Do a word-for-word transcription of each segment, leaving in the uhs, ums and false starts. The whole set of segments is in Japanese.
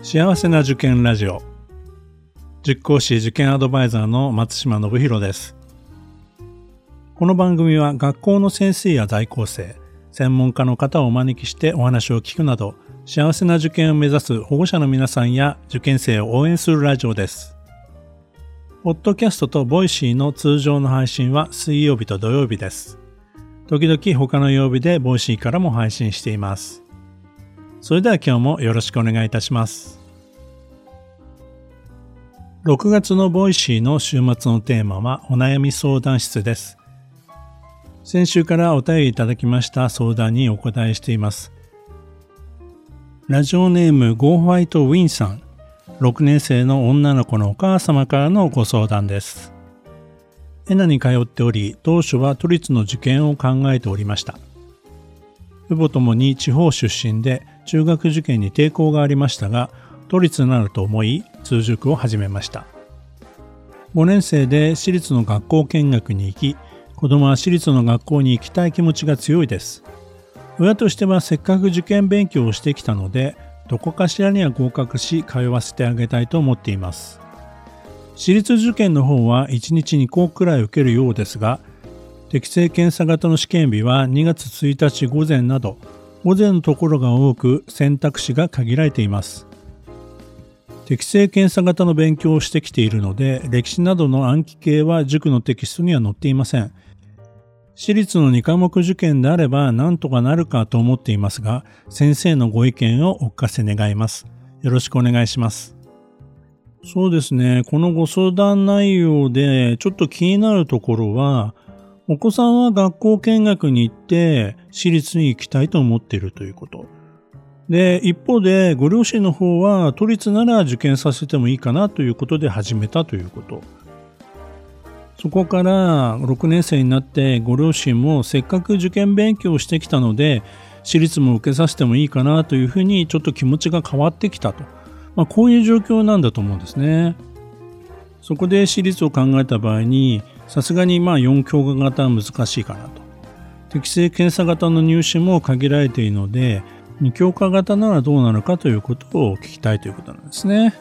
幸せな受験ラジオ、塾講師受験アドバイザーの松島信弘です。この番組は学校の先生や在校生、専門家の方をお招きしてお話を聞くなど、幸せな受験を目指す保護者の皆さんや受験生を応援するラジオです。ポッドキャストとボイシーの通常の配信は水曜日と土曜日です。時々他の曜日でボイシーからも配信しています。それでは今日もよろしくお願いいたします。ろくがつのボイシーの週末のテーマはお悩み相談室です。先週からお便りいただきました相談にお答えしています。ラジオネームゴーホワイトウィンさん、ろくねん生の女の子のお母様からのご相談です。エナに通っており、当初は都立の受験を考えておりました。父母ともに地方出身で中学受験に抵抗がありましたが、都立になると思い通塾を始めました。ごねん生で私立の学校見学に行き、子供は私立の学校に行きたい気持ちが強いです。親としてはせっかく受験勉強をしてきたので、どこかしらには合格し通わせてあげたいと思っています。私立受験の方はいちにちにこうくらい受けるようですが、適正検査型の試験日はにがつついたち午前など、午前のところが多く選択肢が限られています。適正検査型の勉強をしてきているので、歴史などの暗記系は塾のテキストには載っていません。私立のにかもく受験であれば何とかなるかと思っていますが、先生のご意見をお聞かせ願います。よろしくお願いします。そうですね、このご相談内容でちょっと気になるところは、お子さんは学校見学に行って私立に行きたいと思っているということ。で、一方でご両親の方は都立なら受験させてもいいかなということで始めたということ。そこからろくねん生になってご両親もせっかく受験勉強をしてきたので私立も受けさせてもいいかなというふうにちょっと気持ちが変わってきたと。まあ、こういう状況なんだと思うんですね。そこで私立を考えた場合にさすがにまあよん教科型は難しいかなと。適正検査型の入試も限られているのでに教科型ならどうなのかということを聞きたいということなんですね。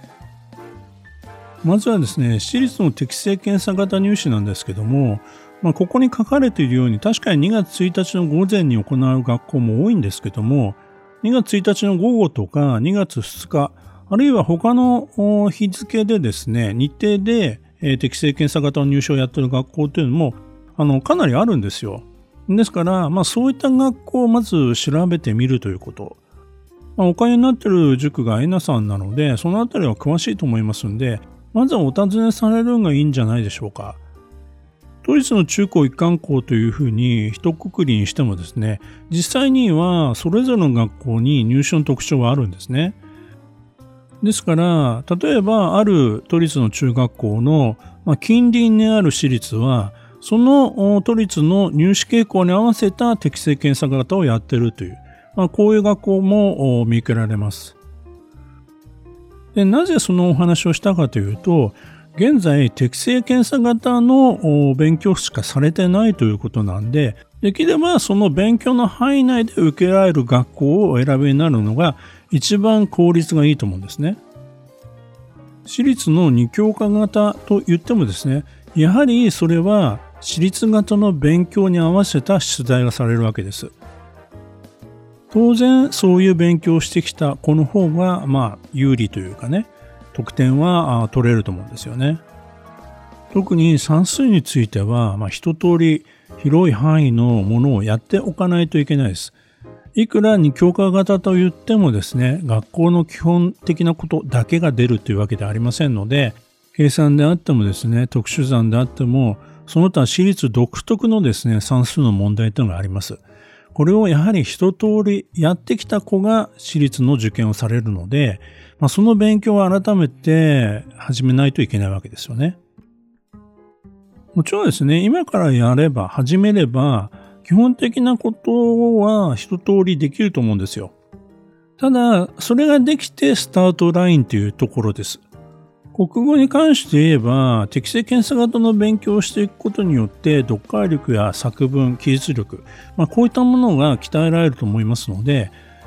まずはですね、私立の適正検査型入試なんですけども、まあ、ここに書かれているように確かににがつついたちの午前に行う学校も多いんですけども、にがつついたちの午後とかにがつふつか、あるいは他の日付でですね、日程で適正検査型の入試をやっている学校というのもあのかなりあるんですよ。ですから、まあ、そういった学校をまず調べてみるということ。まあ、お金になっている塾がエナさんなので、そのあたりは詳しいと思いますので、まずはお尋ねされるのがいいんじゃないでしょうか。都立の中高一貫校というふうに一括りにしてもですね、実際にはそれぞれの学校に入試の特徴はあるんですね。ですから、例えばある都立の中学校の、まあ、近隣にある私立は、その都立の入試傾向に合わせた適正検査型をやっているという、まあ、こういう学校も見受けられます。で、なぜそのお話をしたかというと、現在適正検査型の勉強しかされてないということなんで、できればその勉強の範囲内で受けられる学校をお選びになるのが一番効率がいいと思うんですね。私立のに教科型と言ってもですね、やはりそれは私立型の勉強に合わせた出題がされるわけです。当然そういう勉強をしてきた子の方がまあ有利というかね、得点は取れると思うんですよね。特に算数については、まあ、一通り広い範囲のものをやっておかないといけないです。いくらに教科型と言ってもですね、学校の基本的なことだけが出るというわけではありませんので、計算であってもですね、特殊算であっても、その他私立独特のですね、算数の問題というのがあります。これをやはり一通りやってきた子が私立の受験をされるので、まあ、その勉強を改めて始めないといけないわけですよね。もちろんですね、今からやれば、始めれば、基本的なことは一通りできると思うんですよ。ただ、それができてスタートラインというところです。国語に関して言えば、適正検査型の勉強をしていくことによって、読解力や作文、記述力、まあ、こういったものが鍛えられると思いますので、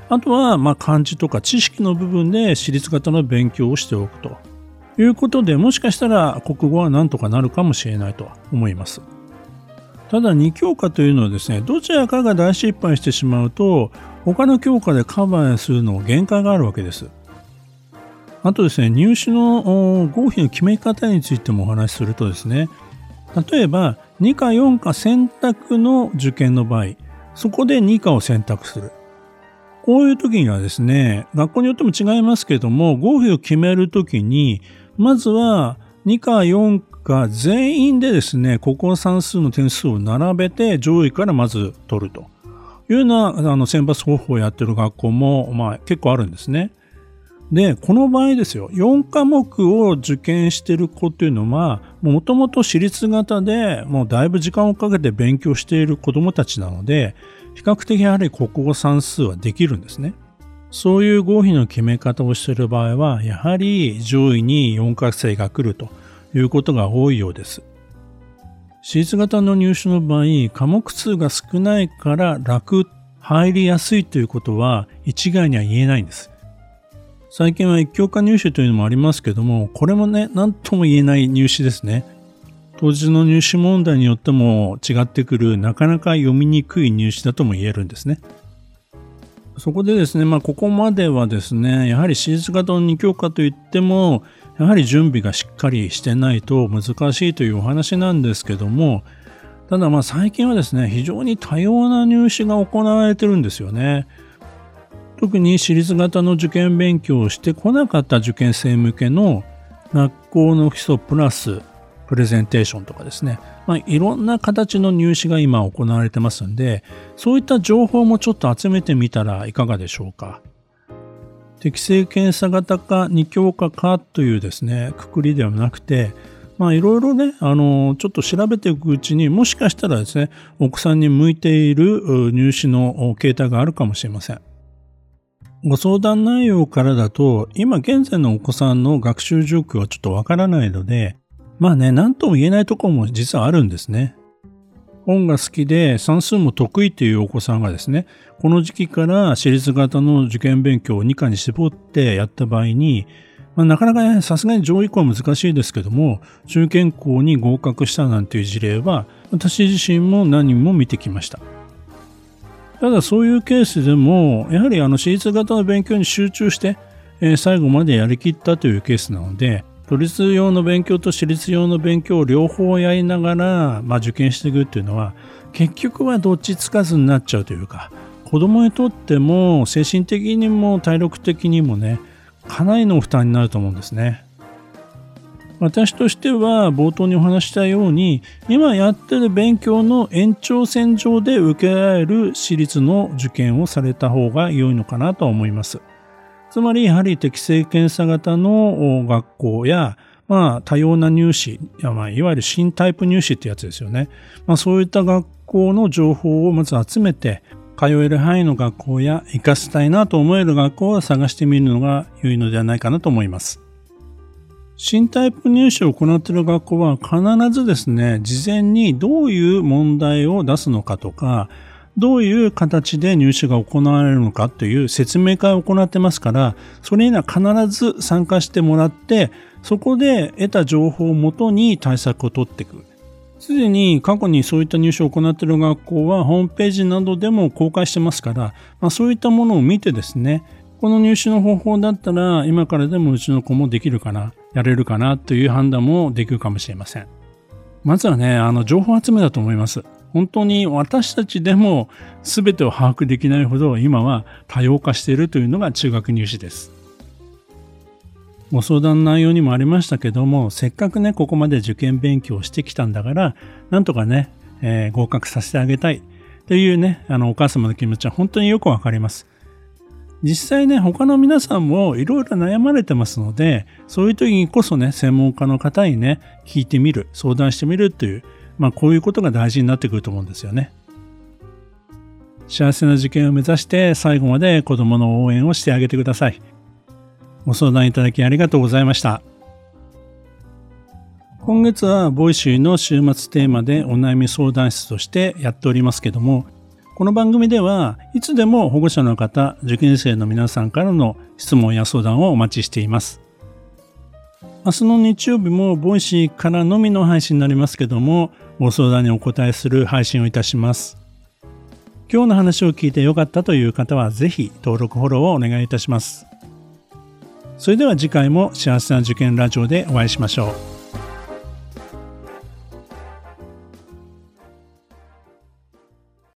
あとは、まあ、漢字とか知識の部分で私立型の勉強をしておくということで、もしかしたら国語はなんとかなるかもしれないとは思います。ただに教科というのはですね、どちらかが大失敗してしまうと、他の教科でカバーするの限界があるわけです。あとですね、入試の合否の決め方についてもお話しするとですね、例えばにかよんか選択の受験の場合、そこでにかを選択する。こういう時にはですね、学校によっても違いますけども、合否を決める時に、まずはにかよんか全員でですね、国語算数の点数を並べて上位からまず取るというようなあの選抜方法をやってる学校も、まあ、結構あるんですね。で、この場合ですよ、よんかもくを受験している子っていうのは、もともと私立型でもうだいぶ時間をかけて勉強している子どもたちなので、比較的やはり国語算数はできるんですね。そういう合否の決め方をしている場合は、やはり上位によんか生が来るということが多いようです。私立型の入試の場合、科目数が少ないから楽、入りやすいということは一概には言えないんです。最近は一教科入試というのもありますけども、これもね、何とも言えない入試ですね。当日の入試問題によっても違ってくる、なかなか読みにくい入試だとも言えるんですね。そこでですね、まあここまではですね、やはり私立型のに教科といっても、やはり準備がしっかりしてないと難しいというお話なんですけども、ただまあ最近はですね、非常に多様な入試が行われてるんですよね。特に私立型の受験勉強をしてこなかった受験生向けの学校の基礎プラスプレゼンテーションとかですね、まあ、いろんな形の入試が今行われてますんで、そういった情報もちょっと集めてみたらいかがでしょうか。適正検査型かに教科かというですね、くくりではなくて、まあいろいろね、あの、ちょっと調べていくうちに、もしかしたらですね、お子さんに向いている入試の形態があるかもしれません。ご相談内容からだと、今現在のお子さんの学習状況はちょっとわからないので、まあね、何とも言えないところも実はあるんですね。本が好きで算数も得意というお子さんがですね、この時期から私立型の受験勉強をにかに絞ってやった場合に、まあ、なかなかね、さすがに上位校は難しいですけども、中堅校に合格したなんていう事例は、私自身も何人も見てきました。ただそういうケースでも、やはりあの私立型の勉強に集中して、えー、最後までやりきったというケースなので、都立用の勉強と私立用の勉強を両方やりながら、まあ、受験していくっていうのは、結局はどっちつかずになっちゃうというか、子供にとっても精神的にも体力的にもね、かなりの負担になると思うんですね。私としては冒頭にお話したように、今やってる勉強の延長線上で受けられる私立の受験をされた方が良いのかなと思います。つまりやはり適正検査型の学校や、まあ、多様な入試、まあ、いわゆる新タイプ入試ってやつですよね。まあ、そういった学校の情報をまず集めて、通える範囲の学校や活かしたいなと思える学校を探してみるのが良いのではないかなと思います。新タイプ入試を行っている学校は必ずですね、事前にどういう問題を出すのかとか、どういう形で入試が行われるのかという説明会を行ってますから、それには必ず参加してもらって、そこで得た情報をもとに対策を取っていく。すでに過去にそういった入試を行っている学校はホームページなどでも公開してますから、まあ、そういったものを見てですね、この入試の方法だったら今からでもうちの子もできるかな、やれるかなという判断もできるかもしれません。まずはね、あの情報集めだと思います。本当に私たちでも全てを把握できないほど今は多様化しているというのが中学入試です。ご相談の内容にもありましたけども、せっかくね、ここまで受験勉強してきたんだから、なんとかね、えー、合格させてあげたいというね、あのお母様の気持ちは本当によくわかります。実際ね、他の皆さんもいろいろ悩まれてますので、そういう時にこそね、専門家の方にね、聞いてみる、相談してみるという、まあこういうことが大事になってくると思うんですよね。幸せな受験を目指して最後まで子供の応援をしてあげてください。ご相談いただきありがとうございました。今月はボイシーの週末テーマでお悩み相談室としてやっておりますけども、 この番組ではいつでも保護者の方、受験生の皆さんからの質問や相談をお待ちしています。明日の日曜日もボイシーからのみの配信になりますけども、ご相談にお答えする配信をいたします。今日の話を聞いてよかったという方はぜひ登録フォローをお願いいたします。それでは次回も幸せな受験ラジオでお会いしましょう。